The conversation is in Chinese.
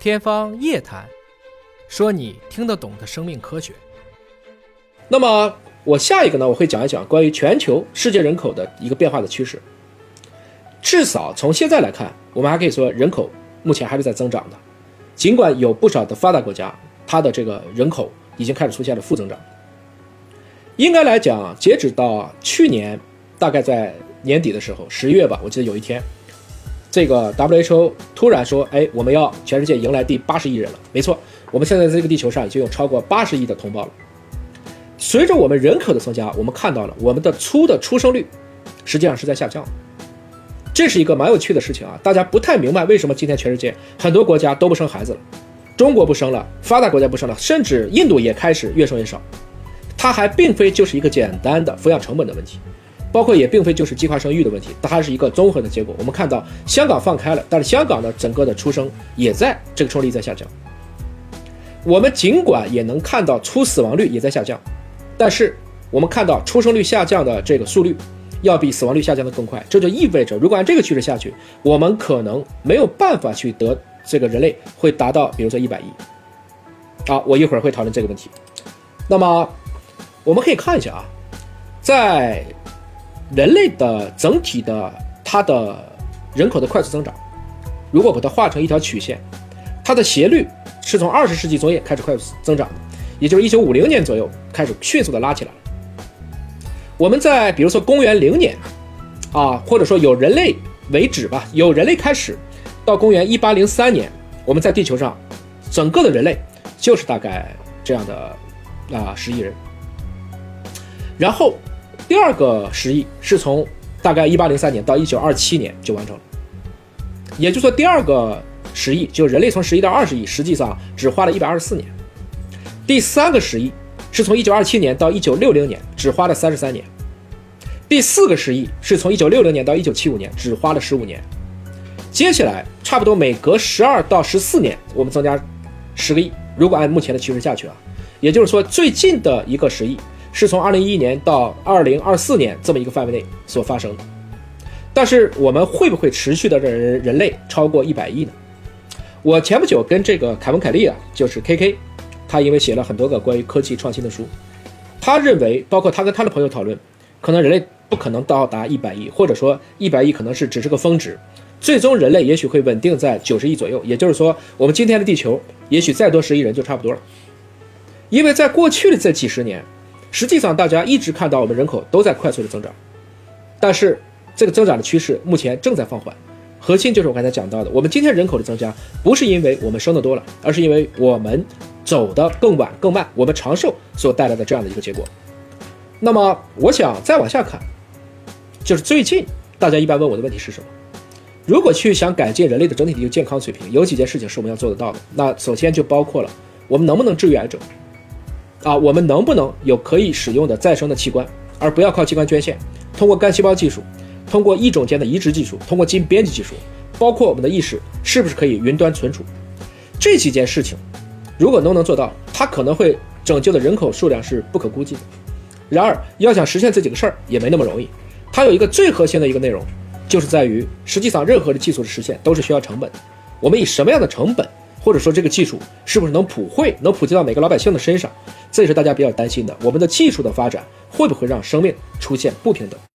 天方夜谭，说你听得懂的生命科学。 那么我下一个呢，我会讲一讲关于全球世界人口的一个变化的趋势。至少从现在来看，我们还可以说人口目前还是在增长的，尽管有不少的发达国家，它的这个人口已经开始出现了负增长。应该来讲，截止到去年大概在年底的时候，10月吧，我记得有一天，这个 WHO 突然说，我们要全世界迎来第80亿人了。没错，我们现在在这个地球上已经有超过80亿的同胞了。随着我们人口的增加，我们看到了我们的出生率实际上是在下降。这是一个蛮有趣的事情啊，大家不太明白为什么今天全世界很多国家都不生孩子了，中国不生了，发达国家不生了，甚至印度也开始越生越少。它还并非就是一个简单的抚养成本的问题，包括也并非就是计划生育的问题，它还是一个综合的结果。我们看到香港放开了，但是香港的整个的出生也在这个出生率在下降。我们尽管也能看到出死亡率也在下降，但是我们看到出生率下降的这个速率要比死亡率下降的更快，这就意味着如果按这个趋势下去，我们可能没有办法去得这个人类会达到比如说100亿。我一会儿会讨论这个问题。那么我们可以看一下啊，在人类的整体的它的人口的快速增长，如果把它画成一条曲线，它的斜率是从20世纪中叶开始快速增长的，也就是1950年左右开始迅速的拉起来了。我们在比如说公元0年或者说有人类为止吧，有人类开始到公元1803年，我们在地球上整个的人类就是大概这样的10亿人。然后第二个10亿是从大概1803年到1927年就完成了，也就是说第二个10亿，就人类从10亿到20亿，实际上只花了124年。第三个10亿是从1927年到1960年，只花了33年。第四个10亿是从1960年到1975年，只花了15年。接下来差不多每隔12到14年，我们增加10个亿，如果按目前的趋势下去也就是说最近的一个10亿是从2011年到2024年这么一个范围内所发生的。但是我们会不会持续的人类超过100亿呢？我前不久跟这个凯文凯利就是 KK， 他因为写了很多个关于科技创新的书，他认为包括他跟他的朋友讨论，可能人类不可能到达100亿，或者说100亿可能只是个峰值，最终人类也许会稳定在90亿左右，也就是说我们今天的地球也许再多10亿人就差不多了。因为在过去的这几十年，实际上大家一直看到我们人口都在快速的增长，但是这个增长的趋势目前正在放缓。核心就是我刚才讲到的，我们今天人口的增加不是因为我们生的多了，而是因为我们走得更晚更慢，我们长寿所带来的这样的一个结果。那么我想再往下看，就是最近大家一般问我的问题是什么？如果想改进人类的整体的健康水平，有几件事情是我们要做得到的。那首先就包括了我们能不能治愈癌症我们能不能有可以使用的再生的器官，而不要靠器官捐献，通过干细胞技术，通过异种间的移植技术，通过基因编辑技术，包括我们的意识是不是可以云端存储。这几件事情如果都能做到，它可能会拯救的人口数量是不可估计的。然而要想实现这几个事儿也没那么容易，它有一个最核心的一个内容，就是在于实际上任何的技术的实现都是需要成本的。我们以什么样的成本，或者说这个技术是不是能普惠，能普及到每个老百姓的身上，这也是大家比较担心的。我们的技术的发展会不会让生命出现不平等？